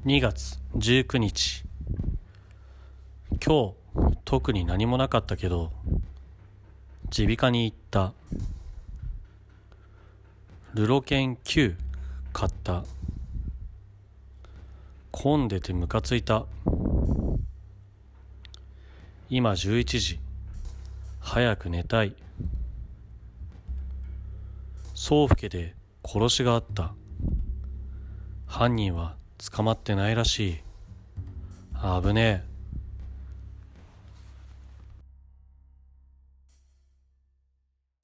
2月19日。今日特に何もなかったけど耳鼻科に行った。ルロケン9買った。混んでてムカついた。今11時。早く寝たい。宗府家で殺しがあった。犯人は捕まってないらしい。危ねえ。